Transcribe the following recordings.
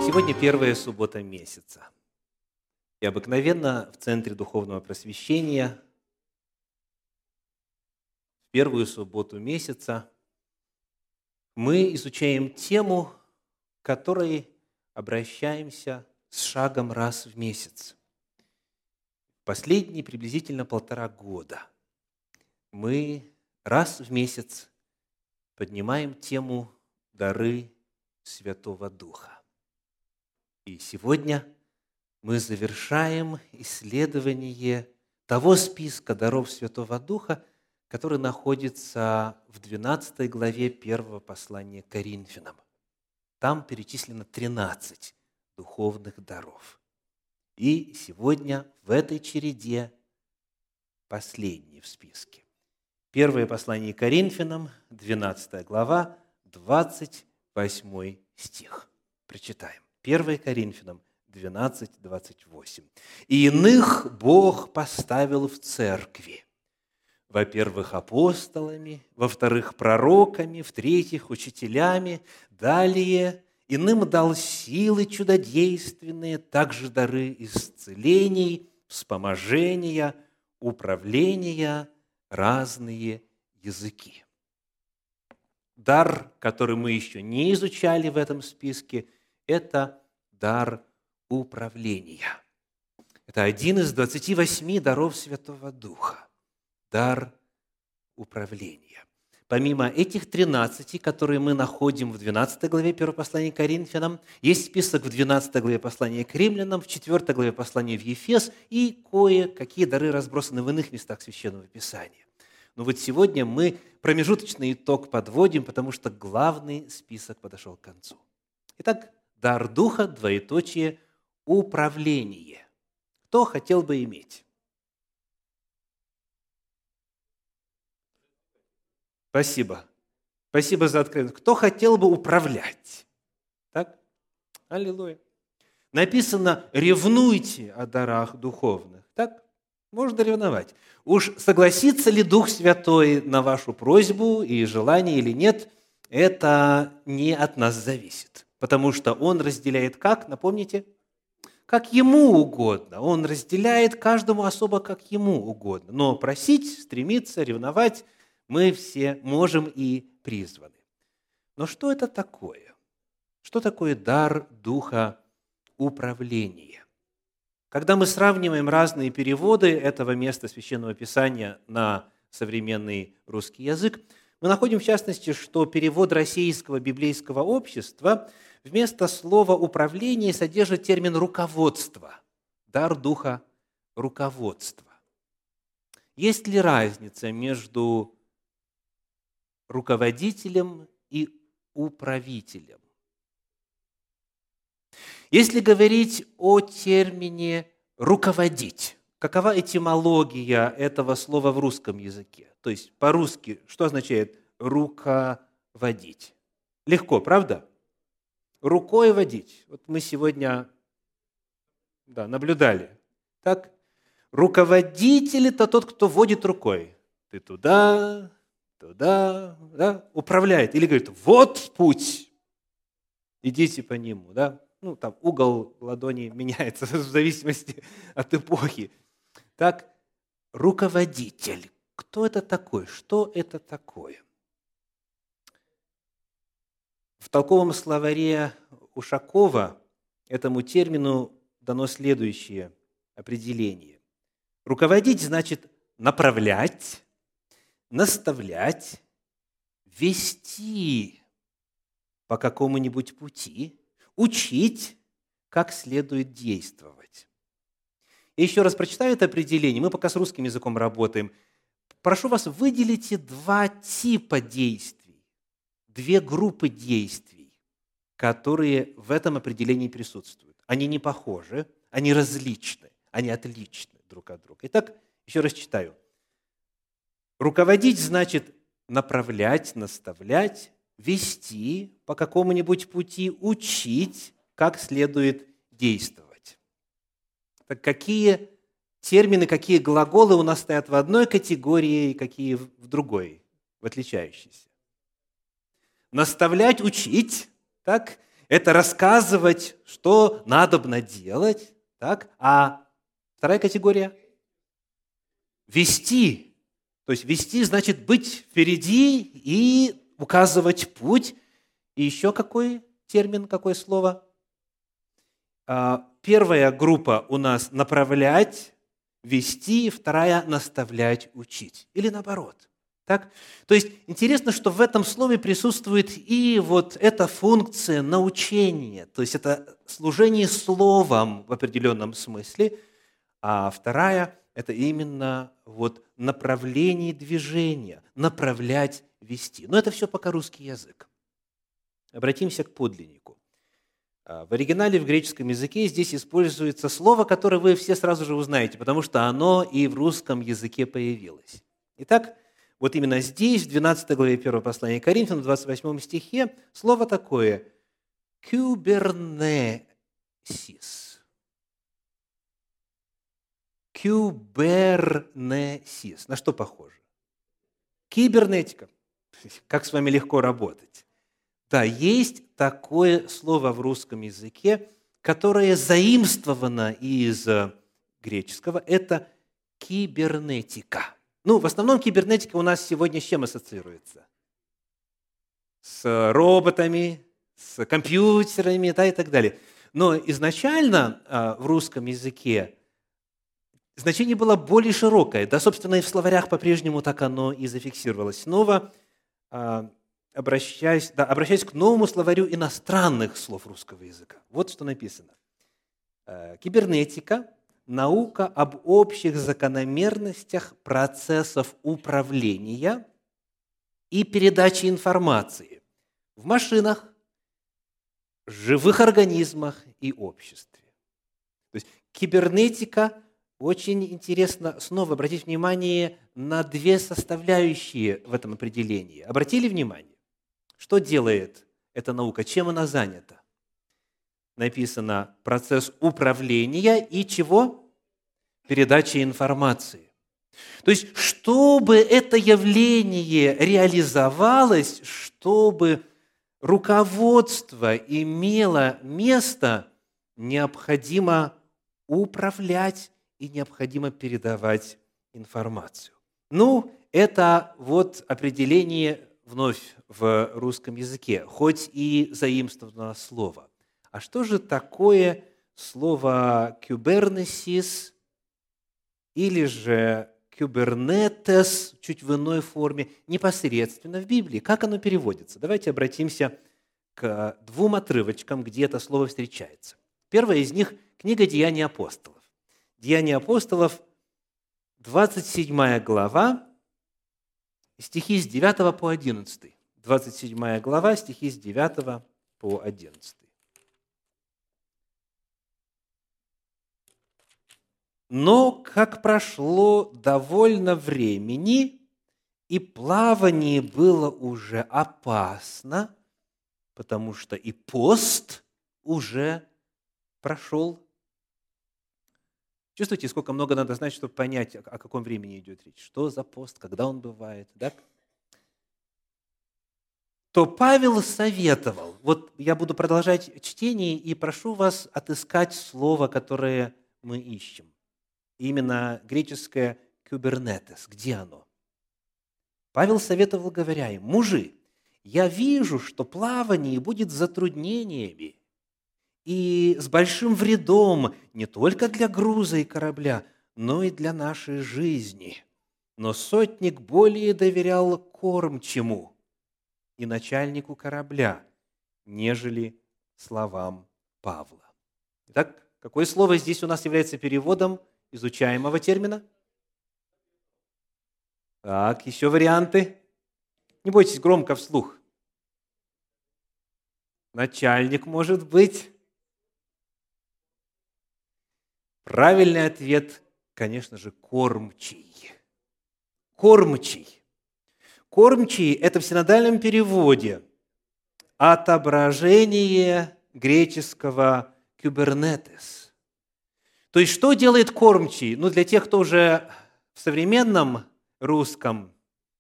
Сегодня первая суббота месяца. И обыкновенно в Центре Духовного Просвещения в первую субботу месяца мы изучаем тему, к которой обращаемся с шагом раз в месяц. Последние приблизительно 1,5 года мы раз в месяц поднимаем тему «Дары Святого Духа». И сегодня мы завершаем исследование того списка даров Святого Духа, который находится в 12 главе 1 послания к Коринфянам. Там перечислено 13 духовных даров. И сегодня в этой череде последний в списке. Первое послание к Коринфянам, 12 глава, 28 стих. Прочитаем. 1 Коринфянам 12, 28. «И иных Бог поставил в церкви, во-первых, апостолами, во-вторых, пророками, в-третьих, учителями, далее иным дал силы чудодейственные, также дары исцелений, вспоможения, управления, разные языки». Дар, который мы еще не изучали в этом списке, это дар управления. Это один из 28 даров Святого Духа. Дар управления. Помимо этих 13, которые мы находим в 12 главе 1 послания к Коринфянам, есть список в 12 главе послания к Римлянам, в 4 главе послания в Ефес и кое-какие дары разбросаны в иных местах Священного Писания. Но вот сегодня мы промежуточный итог подводим, потому что главный список подошел к концу. Итак, дар Духа, двоеточие, управление. Кто хотел бы иметь? Спасибо. Спасибо за откровенность. Кто хотел бы управлять? Так? Аллилуйя. Написано, ревнуйте о дарах духовных. Так? Можно ревновать. Уж согласится ли Дух Святой на вашу просьбу и желание или нет, это не от нас зависит. Потому что Он разделяет как, напомните? Как Ему угодно. Он разделяет каждому особо, как Ему угодно. Но просить, стремиться, ревновать мы все можем и призваны. Но что это такое? Что такое дар Духа управления? Когда мы сравниваем разные переводы этого места Священного Писания на современный русский язык, мы находим в частности, что перевод Российского библейского общества вместо слова «управление» содержит термин «руководство». Дар Духа руководства. Есть ли разница между руководителем и управителем? Если говорить о термине «руководить», какова этимология этого слова в русском языке? То есть по-русски что означает «руководить»? Легко, правда? Рукой водить. Вот мы сегодня наблюдали. Так? Руководитель – это тот, кто водит рукой. Ты туда, управляет. Или говорит, вот путь, идите по нему. Да? Там угол ладони меняется в зависимости от эпохи. Так, руководитель. Кто это такой? Что это такое? В толковом словаре Ушакова этому термину дано следующее определение. Руководить значит направлять, наставлять, вести по какому-нибудь пути, учить, как следует действовать. Я еще раз прочитаю это определение. Мы пока с русским языком работаем. Прошу вас, выделите 2 типа действий, 2 группы действий, которые в этом определении присутствуют. Они не похожи, они различны, они отличны друг от друга. Итак, еще раз читаю. Руководить значит направлять, наставлять, вести по какому-нибудь пути, учить, как следует действовать. Так какие термины, какие глаголы у нас стоят в одной категории, какие в другой, в отличающейся? Наставлять, учить, так? это рассказывать, что надобно делать. Так? А вторая категория – вести. То есть вести значит быть впереди и указывать путь. И еще какой термин, какое слово? Первая группа у нас направлять, вести, вторая наставлять, учить. Или наоборот. Так? То есть интересно, что в этом слове присутствует и вот эта функция научения, то есть это служение словом в определенном смысле, а вторая – это именно вот направление движения, направлять, вести. Но это все пока русский язык. Обратимся к подлиннику. В оригинале, в греческом языке, здесь используется слово, которое вы все сразу же узнаете, потому что оно и в русском языке появилось. Итак, вот именно здесь, в 12 главе 1 послания к Коринфянам, в 28 стихе, слово такое «кюбернесис». Кюбернесис. На что похоже? Кибернетика. Как с вами легко работать. Да, есть такое слово в русском языке, которое заимствовано из греческого. Это кибернетика. В основном кибернетика у нас сегодня с чем ассоциируется? С роботами, с компьютерами, да, и так далее. Но изначально в русском языке значение было более широкое. Да, собственно, и в словарях по-прежнему так оно и зафиксировалось. Снова обращаясь к новому словарю иностранных слов русского языка. Вот что написано. Кибернетика – наука об общих закономерностях процессов управления и передачи информации в машинах, живых организмах и обществе. То есть кибернетика очень интересно снова обратить внимание на две составляющие в этом определении. Обратили внимание? Что делает эта наука? Чем она занята? Написано процесс управления и чего? Передачи информации. То есть, чтобы это явление реализовалось, чтобы руководство имело место, необходимо управлять и необходимо передавать информацию. Это вот определение вновь в русском языке, хоть и заимствовано слово. А что же такое слово «кюбернесис» или же «кюбернетес» чуть в иной форме, непосредственно в Библии? Как оно переводится? Давайте обратимся к двум отрывочкам, где это слово встречается. Первое из них – книга «Деяния апостолов». «Деяния апостолов», 27 глава, стихи с 9 по 11. 27 глава, стихи с 9 по 11. «Но, как прошло довольно времени, и плавание было уже опасно, потому что и пост уже прошел». Чувствуете, сколько много надо знать, чтобы понять, о каком времени идет речь? Что за пост, когда он бывает, да? То Павел советовал. Вот я буду продолжать чтение и прошу вас отыскать слово, которое мы ищем. Именно греческое «кюбернетес». Где оно? Павел советовал, говоря им: «Мужи, я вижу, что плавание будет с затруднениями и с большим вредом не только для груза и корабля, но и для нашей жизни. Но сотник более доверял кормчему и начальнику корабля, нежели словам Павла». Итак, какое слово здесь у нас является переводом изучаемого термина? Так, еще варианты. Не бойтесь, громко вслух. Начальник, может быть. Правильный ответ, конечно же, кормчий. Кормчий. Кормчий – это в синодальном переводе отображение греческого «кюбернетес». То есть, что делает кормчий? Для тех, кто уже в современном русском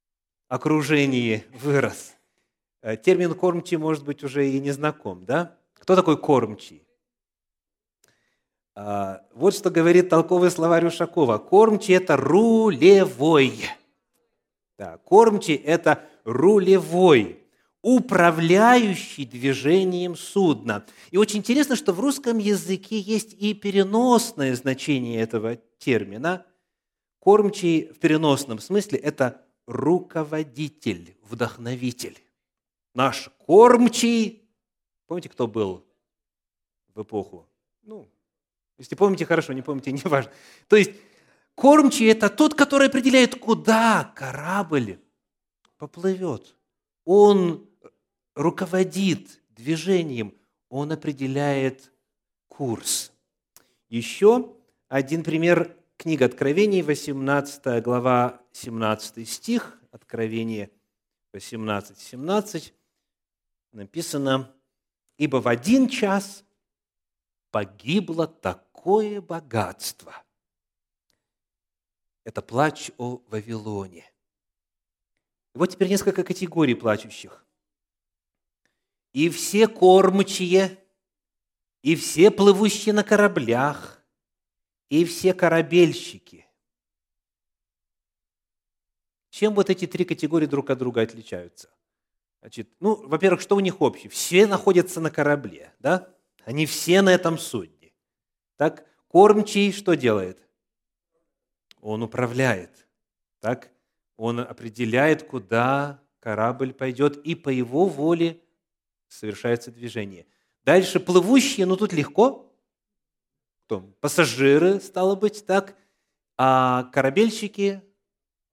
окружении вырос, термин «кормчий» может быть уже и не знаком, да? Кто такой кормчий? Вот что говорит толковый словарь Ушакова. Кормчий – это рулевой. Да, кормчий – это рулевой, управляющий движением судна. И очень интересно, что в русском языке есть и переносное значение этого термина. Кормчий в переносном смысле – это руководитель, вдохновитель. Наш кормчий, помните, кто был в эпоху? Если помните, хорошо, не помните, не важно. То есть кормчий – это тот, который определяет, куда корабль поплывет. Он руководит движением, он определяет курс. Еще один пример – книга Откровений, 18 глава, 17 стих, Откровение 18:17, написано: «Ибо в один час погибло такое богатство». Это плач о Вавилоне. И вот теперь несколько категорий плачущих. И все кормчие, и все плывущие на кораблях, и все корабельщики. Чем вот эти три категории друг от друга отличаются? Значит, во-первых, что у них общее? Все находятся на корабле, да? Они все на этом судне. Так, кормчий что делает? Он управляет. Так, он определяет, куда корабль пойдет, и по его воле совершается движение. Дальше плывущие, тут легко. Кто? Пассажиры, стало быть, так. А корабельщики –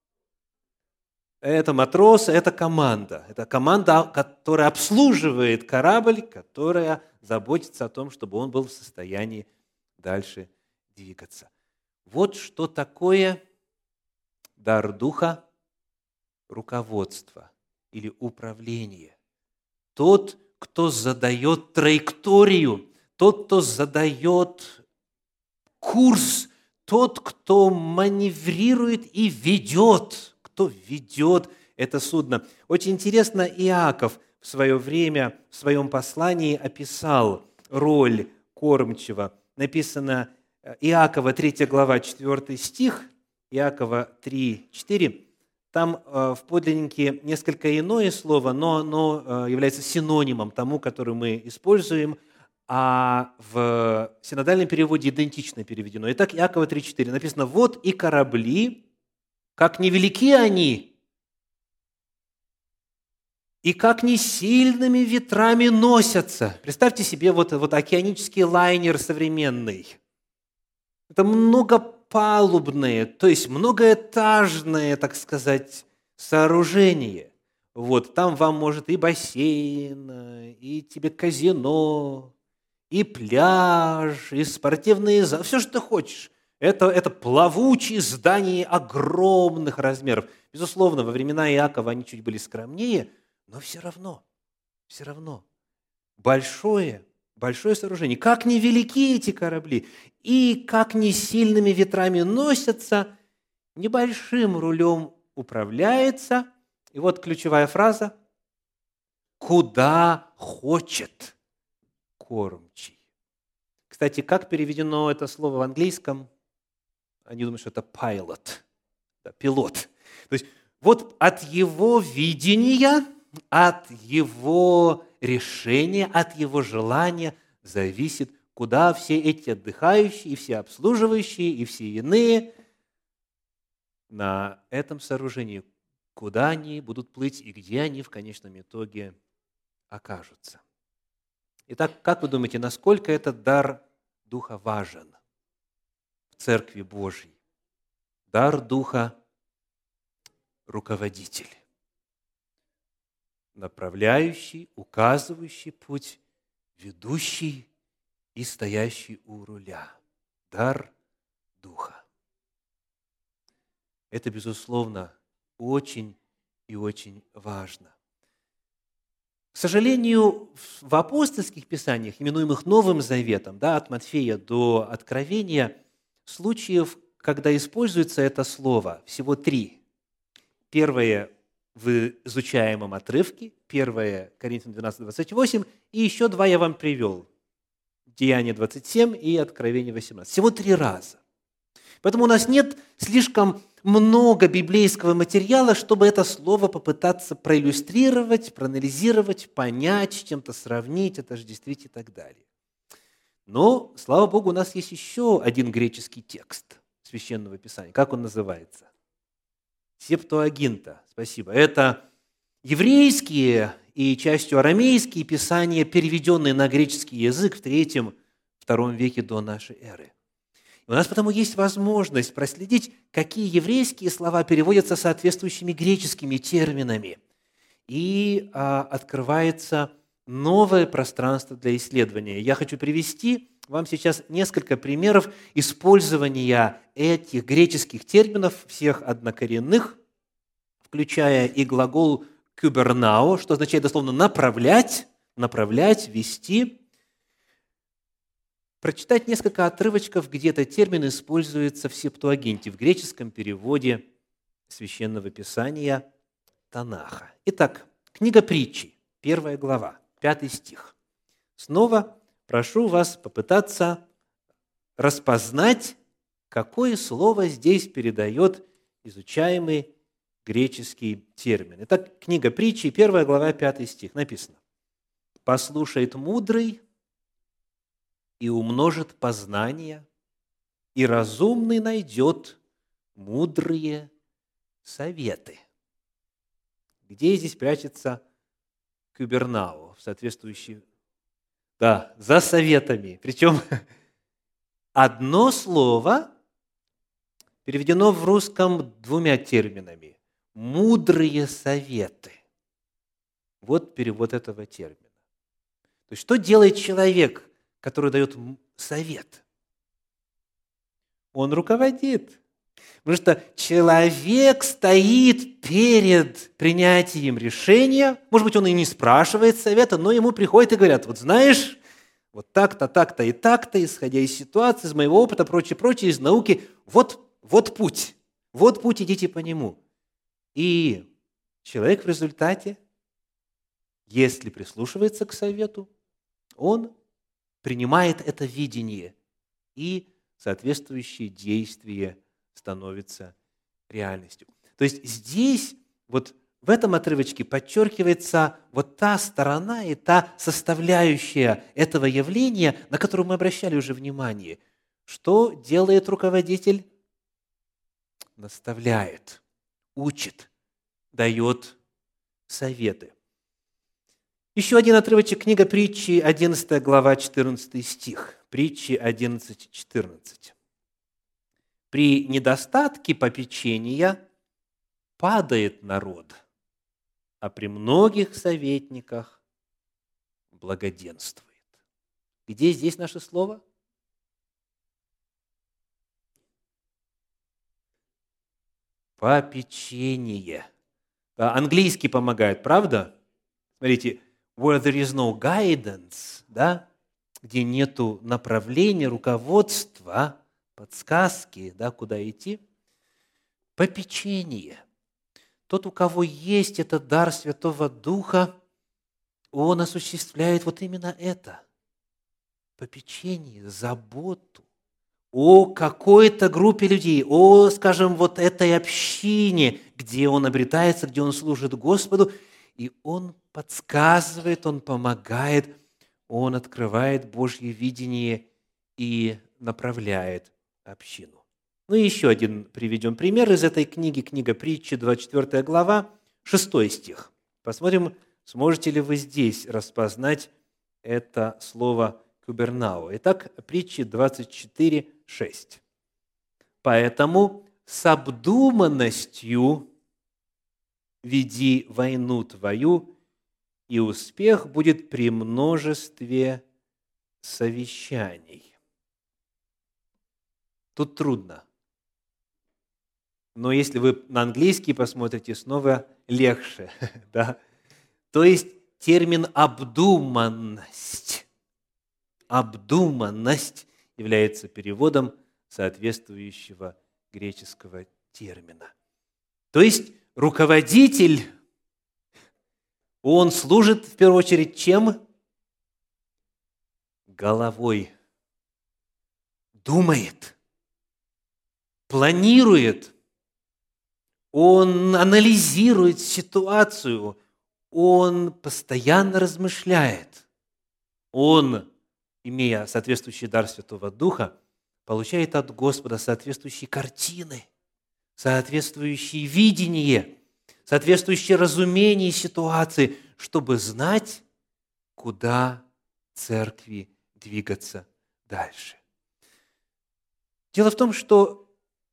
это матросы, это команда. Это команда, которая обслуживает корабль, которая заботится о том, чтобы он был в состоянии дальше двигаться. Вот что такое дар духа, руководство или управление. Тот, кто задает траекторию, тот, кто задает курс, тот, кто маневрирует и ведет, кто ведет это судно. Очень интересно, Иаков в свое время в своем послании описал роль кормчего. Написано Иакова 3 глава 4 стих, Иакова 3:4. Там в подлиннике несколько иное слово, но оно является синонимом тому, который мы используем, а в синодальном переводе идентично переведено. Итак, Иакова 3:4 написано: «Вот и корабли, как невелики они, и как не сильными ветрами носятся». Представьте себе вот океанический лайнер современный. Это многопалубное, то есть многоэтажное, так сказать, сооружение. Там вам может и бассейн, и тебе казино, и пляж, и спортивные залы, все, что ты хочешь. Это плавучие здания огромных размеров. Безусловно, во времена Иакова они чуть были скромнее, но все равно большое сооружение. Как невелики эти корабли, и как не сильными ветрами носятся, небольшим рулем управляется. И вот ключевая фраза: «Куда хочет кормчий». Кстати, как переведено это слово в английском? Они думают, что это pilot, пилот. То есть вот от его видения, от его решения, от его желания зависит, куда все эти отдыхающие, и все обслуживающие, и все иные на этом сооружении, куда они будут плыть и где они в конечном итоге окажутся. Итак, как вы думаете, насколько этот дар Духа важен в Церкви Божьей? Дар Духа – руководитель, направляющий, указывающий путь, ведущий и стоящий у руля. Дар Духа. Это, безусловно, очень и очень важно. К сожалению, в апостольских писаниях, именуемых Новым Заветом, от Матфея до Откровения, случаев, когда используется это слово, всего 3. Первое в изучаемом отрывке, 1 Коринфянам 12, 28, и еще 2 я вам привел. Деяние 27 и Откровение 18. Всего 3 раза. Поэтому у нас нет слишком много библейского материала, чтобы это слово попытаться проиллюстрировать, проанализировать, понять, с чем-то сравнить, отождествить и так далее. Но, слава Богу, у нас есть еще один греческий текст Священного Писания. Как он называется? Септуагинта. Спасибо. Это еврейские и частью арамейские писания, переведенные на греческий язык в III-II веке до нашей эры. У нас потому есть возможность проследить, какие еврейские слова переводятся соответствующими греческими терминами. И открывается новое пространство для исследования. Я хочу привести вам сейчас несколько примеров использования этих греческих терминов, всех однокоренных, включая и глагол «кюбернао», что означает дословно «направлять», «вести». Прочитать несколько отрывочков, где этот термин используется в Септуагинте, в греческом переводе Священного Писания Танаха. Итак, книга Притчи, 1 глава, 5 стих. Снова прошу вас попытаться распознать, какое слово здесь передает изучаемый греческий термин. Итак, книга Притчи, 1 глава, 5 стих. Написано: «Послушает мудрый и умножит познания, и разумный найдет мудрые советы». Где здесь прячется кюбернао, соответствующий? Да, за советами. Причем одно слово переведено в русском 2 терминами. Мудрые советы. Вот перевод этого термина. То есть, что делает человек, который дает совет? Он руководит. Потому что человек стоит перед принятием решения. Может быть, он и не спрашивает совета, но ему приходят и говорят: вот знаешь, вот так-то, так-то и так-то, исходя из ситуации, из моего опыта, прочее, из науки, вот путь, идите по нему. И человек в результате, если прислушивается к совету, он принимает это видение, и соответствующие действия становятся реальностью. То есть здесь, вот в этом отрывочке подчеркивается вот та сторона и та составляющая этого явления, на которую мы обращали уже внимание. Что делает руководитель? Наставляет, учит, дает советы. Еще один отрывочек, книга Притчи, 11 глава, 14 стих. Притчи 11, 14. «При недостатке попечения падает народ, а при многих советниках благоденствует». Где здесь наше слово? Попечение. Английский помогает, правда? Смотрите, where there is no guidance, да, где нету направления, руководства, подсказки, да, куда идти. Попечение. Тот, у кого есть этот дар Святого Духа, он осуществляет вот именно это. Попечение, заботу о какой-то группе людей, о, скажем, вот этой общине, где он обретается, где он служит Господу, и он подсказывает, он помогает, он открывает Божье видение и направляет общину. Ну и еще один приведем пример из этой книги, книга Притчи, 24 глава, 6 стих. Посмотрим, сможете ли вы здесь распознать это слово «кюбернао». Итак, Притчи 24, 6. «Поэтому с обдуманностью веди войну твою, и успех будет при множестве совещаний». Тут трудно. Но если вы на английский посмотрите, снова легче. Да? То есть термин «обдуманность». Обдуманность является переводом соответствующего греческого термина. То есть руководитель Он служит, в первую очередь, чем? Головой. Думает, планирует, он анализирует ситуацию, он постоянно размышляет. Он, имея соответствующий дар Святого Духа, получает от Господа соответствующие картины, соответствующее видение, соответствующее разумение ситуации, чтобы знать, куда церкви двигаться дальше. Дело в том, что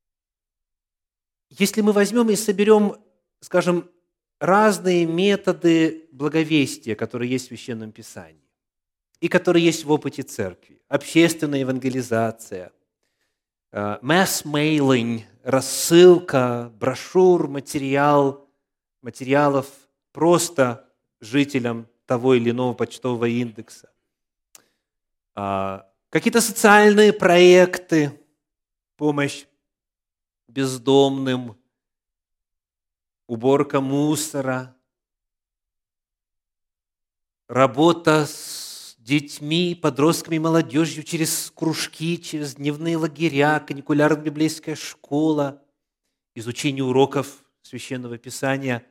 если мы возьмем и соберем, скажем, разные методы благовестия, которые есть в Священном Писании, и которые есть в опыте церкви, общественная евангелизация, mass mailing, рассылка, брошюр, материалов просто жителям того или иного почтового индекса, какие-то социальные проекты, помощь бездомным, уборка мусора, работа с детьми, подростками, молодежью через кружки, через дневные лагеря, каникулярно-библейская школа, изучение уроков Священного Писания,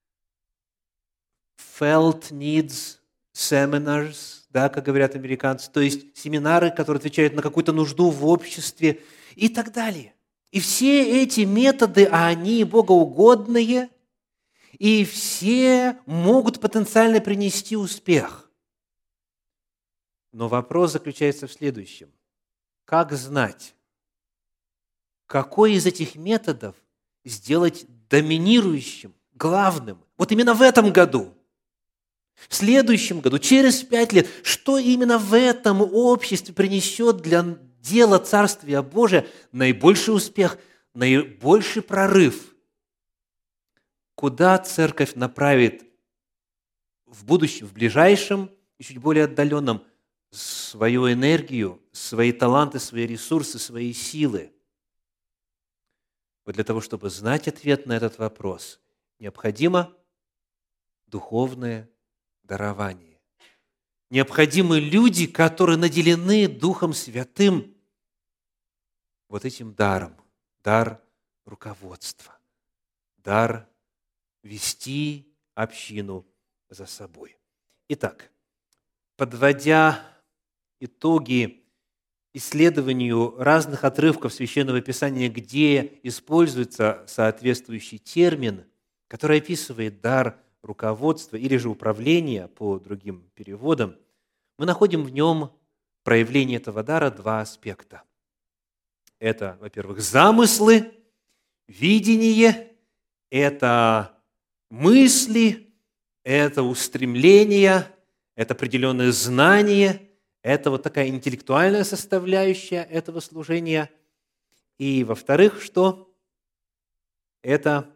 felt needs seminars, да, как говорят американцы, то есть семинары, которые отвечают на какую-то нужду в обществе и так далее. И все эти методы, они богоугодные, и все могут потенциально принести успех. Но вопрос заключается в следующем. Как знать, какой из этих методов сделать доминирующим, главным? Вот именно в этом году, в следующем году, через 5 лет, что именно в этом обществе принесет для дела Царствия Божия наибольший успех, наибольший прорыв? Куда церковь направит в будущем, в ближайшем и чуть более отдаленном свою энергию, свои таланты, свои ресурсы, свои силы? Вот для того, чтобы знать ответ на этот вопрос, необходимо духовное дарование. Необходимы люди, которые наделены Духом Святым вот этим даром, дар руководства, дар вести общину за собой. Итак, подводя итоги исследованию разных отрывков Священного Писания, где используется соответствующий термин, который описывает дар руководства или же управления по другим переводам, мы находим в нем проявление этого дара два аспекта. Это, во-первых, замыслы, видение, это мысли, это устремления, это определенное знание, это вот такая интеллектуальная составляющая этого служения. И, во-вторых, что? Это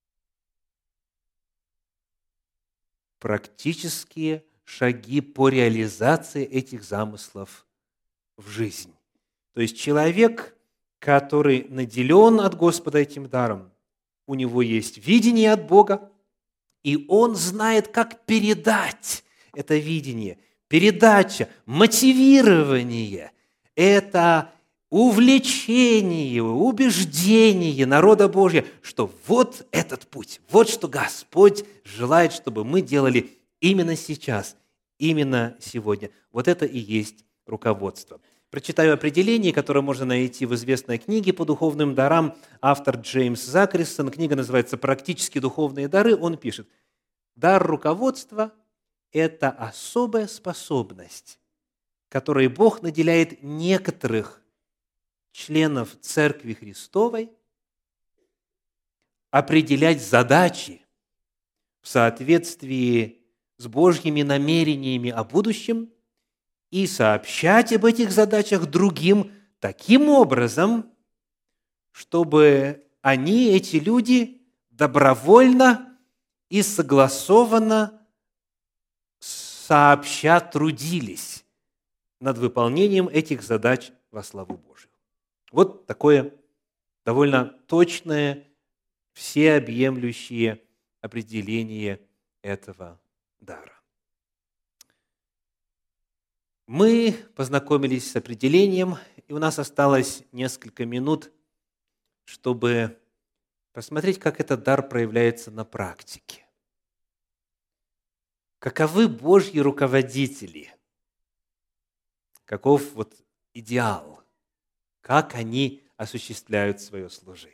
практические шаги по реализации этих замыслов в жизнь. То есть человек, который наделен от Господа этим даром, у него есть видение от Бога, и он знает, как передать это видение. Передача, мотивирование – это увлечение, убеждение народа Божьего, что вот этот путь, вот что Господь желает, чтобы мы делали именно сейчас, именно сегодня. Вот это и есть руководство. Прочитаю определение, которое можно найти в известной книге по духовным дарам. Автор Джеймс Закрисон. Книга называется «Практические духовные дары». Он пишет: дар руководства – это особая способность, которой Бог наделяет некоторых членов Церкви Христовой определять задачи в соответствии с Божьими намерениями о будущем и сообщать об этих задачах другим таким образом, чтобы они, эти люди, добровольно и согласованно сообща трудились над выполнением этих задач во славу Божию. Вот такое довольно точное, всеобъемлющее определение этого дара. Мы познакомились с определением, и у нас осталось несколько минут, чтобы посмотреть, как этот дар проявляется на практике. Каковы Божьи руководители? Каков идеал? Как они осуществляют свое служение?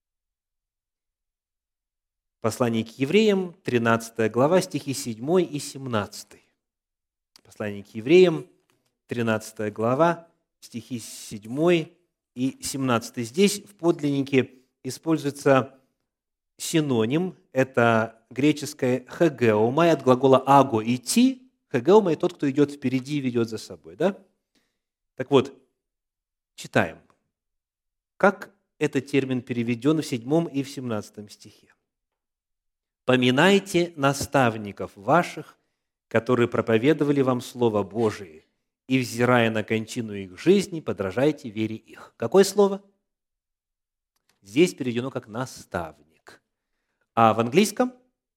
Послание к евреям, 13 глава, стихи 7 и 17. Послание к евреям, 13 глава, стихи 7 и 17. Здесь в подлиннике используется синоним, это греческое «хегеомai» от глагола «аго» – «идти». «Хегеомai» – тот, кто идет впереди и ведет за собой. Да? Так вот, читаем. Как этот термин переведен в 7 и в 17 стихе. «Поминайте наставников ваших, которые проповедовали вам Слово Божие, и, взирая на кончину их жизни, подражайте вере их». Какое слово? Здесь переведено как «наставник». А в английском?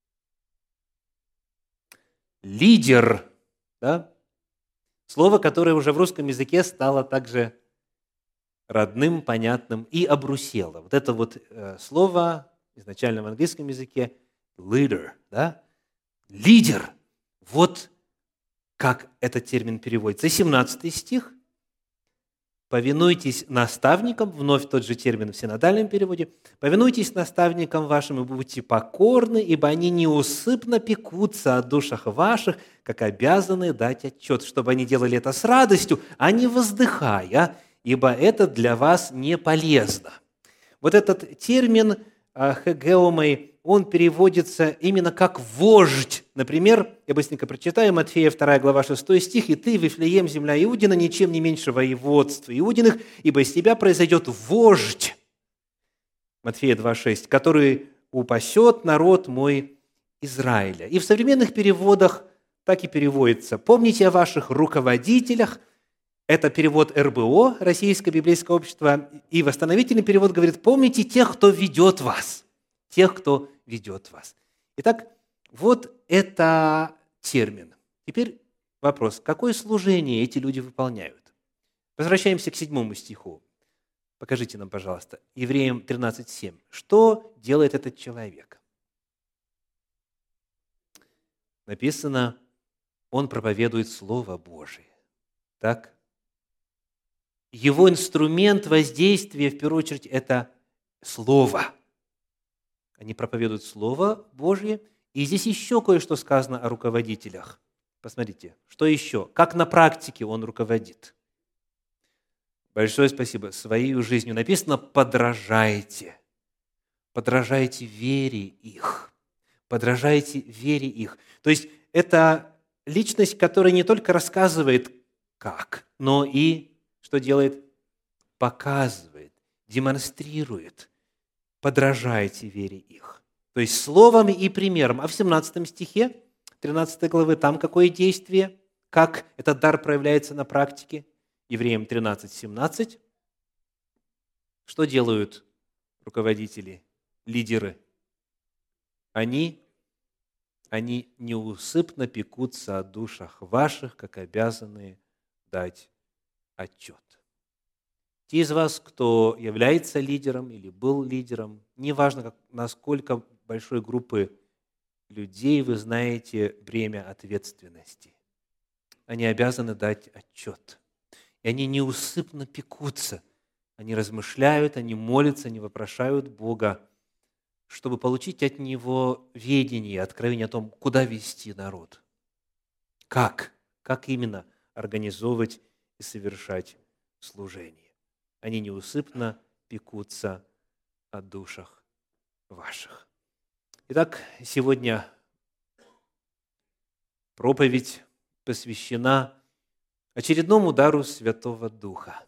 «Лидер». Да? Слово, которое уже в русском языке стало также родным, понятным и обрусело. Вот это слово изначально в английском языке leader, да? Лидер. Вот как этот термин переводится. 17 стих. «Повинуйтесь наставникам», вновь тот же термин в синодальном переводе, «повинуйтесь наставникам вашим и будьте покорны, ибо они неусыпно пекутся о душах ваших, как обязаны дать отчет, чтобы они делали это с радостью, а не воздыхая, ибо это для вас не полезно». Вот этот термин «хегеомai», он переводится именно как «вождь». Например, я быстренько прочитаю, Матфея 2 глава 6 стих, «И ты, Вифлеем, земля Иудина, ничем не меньше воеводства Иудиных, ибо из тебя произойдет вождь». Матфея 2,6, «который упасет народ мой Израиля». И в современных переводах так и переводится. «Помните о ваших руководителях». Это перевод РБО, Российское библейское общество, и восстановительный перевод говорит: «Помните тех, кто ведет вас». Тех, кто ведет вас. Итак, вот это термин. Теперь вопрос: какое служение эти люди выполняют? Возвращаемся к 7 стиху. Покажите нам, пожалуйста, Евреям 13:7. Что делает этот человек? Написано, он проповедует Слово Божие. Так? Его инструмент воздействия, в первую очередь, это Слово. Они проповедуют Слово Божье. И здесь еще кое-что сказано о руководителях. Посмотрите, что еще? Как на практике он руководит? Большое спасибо. Своей жизнью написано: подражайте. Подражайте вере их. Подражайте вере их. То есть это личность, которая не только рассказывает как, но и что делает? Показывает, демонстрирует. Подражайте вере их. То есть словом и примером. А в 17 стихе 13 главы там какое действие? Как этот дар проявляется на практике? Евреям 13:17. Что делают руководители, лидеры? Они неусыпно пекутся о душах ваших, как обязанные дать отчет. Те из вас, кто является лидером или был лидером, неважно, насколько большой группы людей вы знаете бремя ответственности. Они обязаны дать отчет. И они неусыпно пекутся. Они размышляют, они молятся, они вопрошают Бога, чтобы получить от Него ведение, откровение о том, куда вести народ. Как именно организовывать и совершать служение. Они неусыпно пекутся о душах ваших. Итак, сегодня проповедь посвящена очередному дару Святого Духа,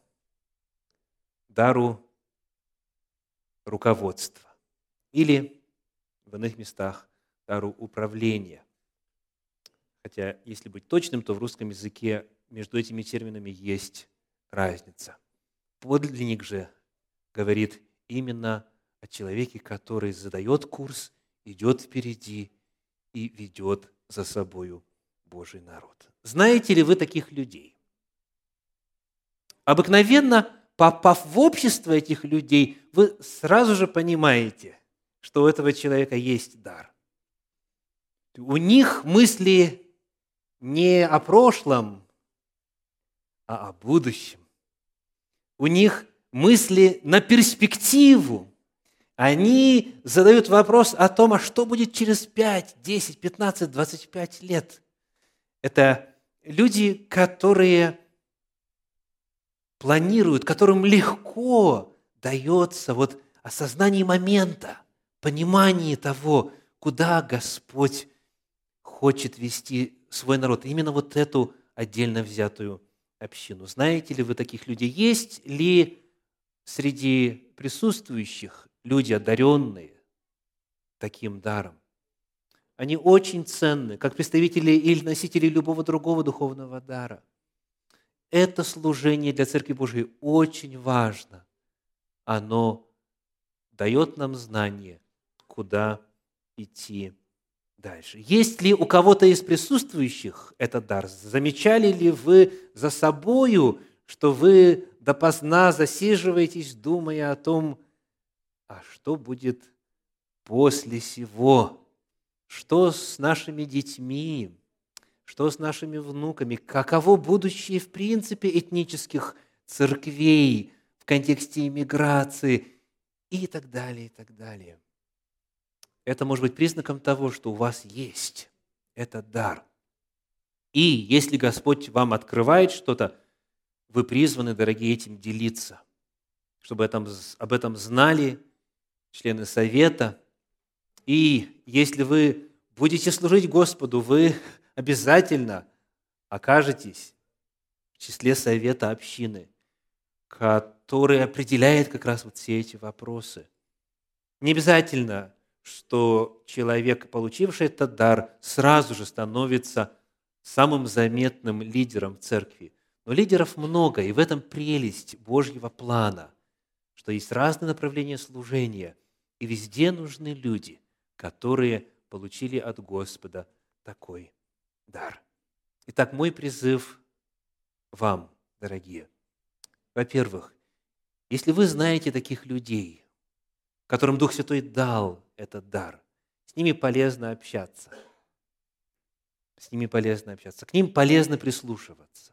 дару руководства или, в иных местах, дару управления. Хотя, если быть точным, то в русском языке между этими терминами есть разница. Подлинник же говорит именно о человеке, который задает курс, идет впереди и ведет за собою Божий народ. Знаете ли вы таких людей? Обыкновенно, попав в общество этих людей, вы сразу же понимаете, что у этого человека есть дар. У них мысли не о прошлом, а о будущем. У них мысли на перспективу. Они задают вопрос о том, а что будет через 5, 10, 15, 25 лет. Это люди, которые планируют, которым легко дается осознание момента, понимание того, куда Господь хочет вести свой народ. Именно эту отдельно взятую общину. Знаете ли вы таких людей? Есть ли среди присутствующих люди, одаренные таким даром? Они очень ценны, как представители или носители любого другого духовного дара. Это служение для Церкви Божией очень важно. Оно дает нам знание, куда идти дальше. Есть ли у кого-то из присутствующих этот дар? Замечали ли вы за собою, что вы допоздна засиживаетесь, думая о том, а что будет после сего? Что с нашими детьми? Что с нашими внуками? Каково будущее, в принципе, этнических церквей в контексте иммиграции? И так далее, и так далее. Это может быть признаком того, что у вас есть этот дар. И если Господь вам открывает что-то, вы призваны, дорогие, этим делиться, чтобы об этом знали члены совета. И если вы будете служить Господу, вы обязательно окажетесь в числе совета общины, который определяет как раз все эти вопросы. Не обязательно, что человек, получивший этот дар, сразу же становится самым заметным лидером в церкви. Но лидеров много, и в этом прелесть Божьего плана, что есть разные направления служения, и везде нужны люди, которые получили от Господа такой дар. Итак, мой призыв вам, дорогие. Во-первых, если вы знаете таких людей, которым Дух Святой дал этот дар, с ними полезно общаться. С ними полезно общаться. К ним полезно прислушиваться.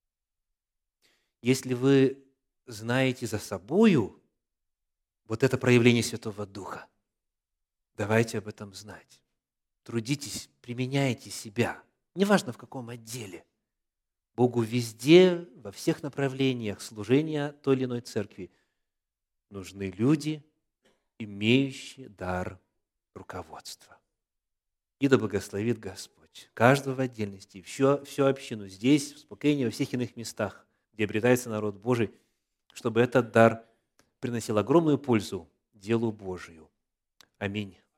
Если вы знаете за собою это проявление Святого Духа, давайте об этом знать. Трудитесь, применяйте себя. Неважно, в каком отделе. Богу везде, во всех направлениях служения той или иной церкви нужны люди, имеющие дар руководства. И да благословит Господь каждого в отдельности, всю общину здесь, в Спокойне, во всех иных местах, где обретается народ Божий, чтобы этот дар приносил огромную пользу делу Божию. Аминь.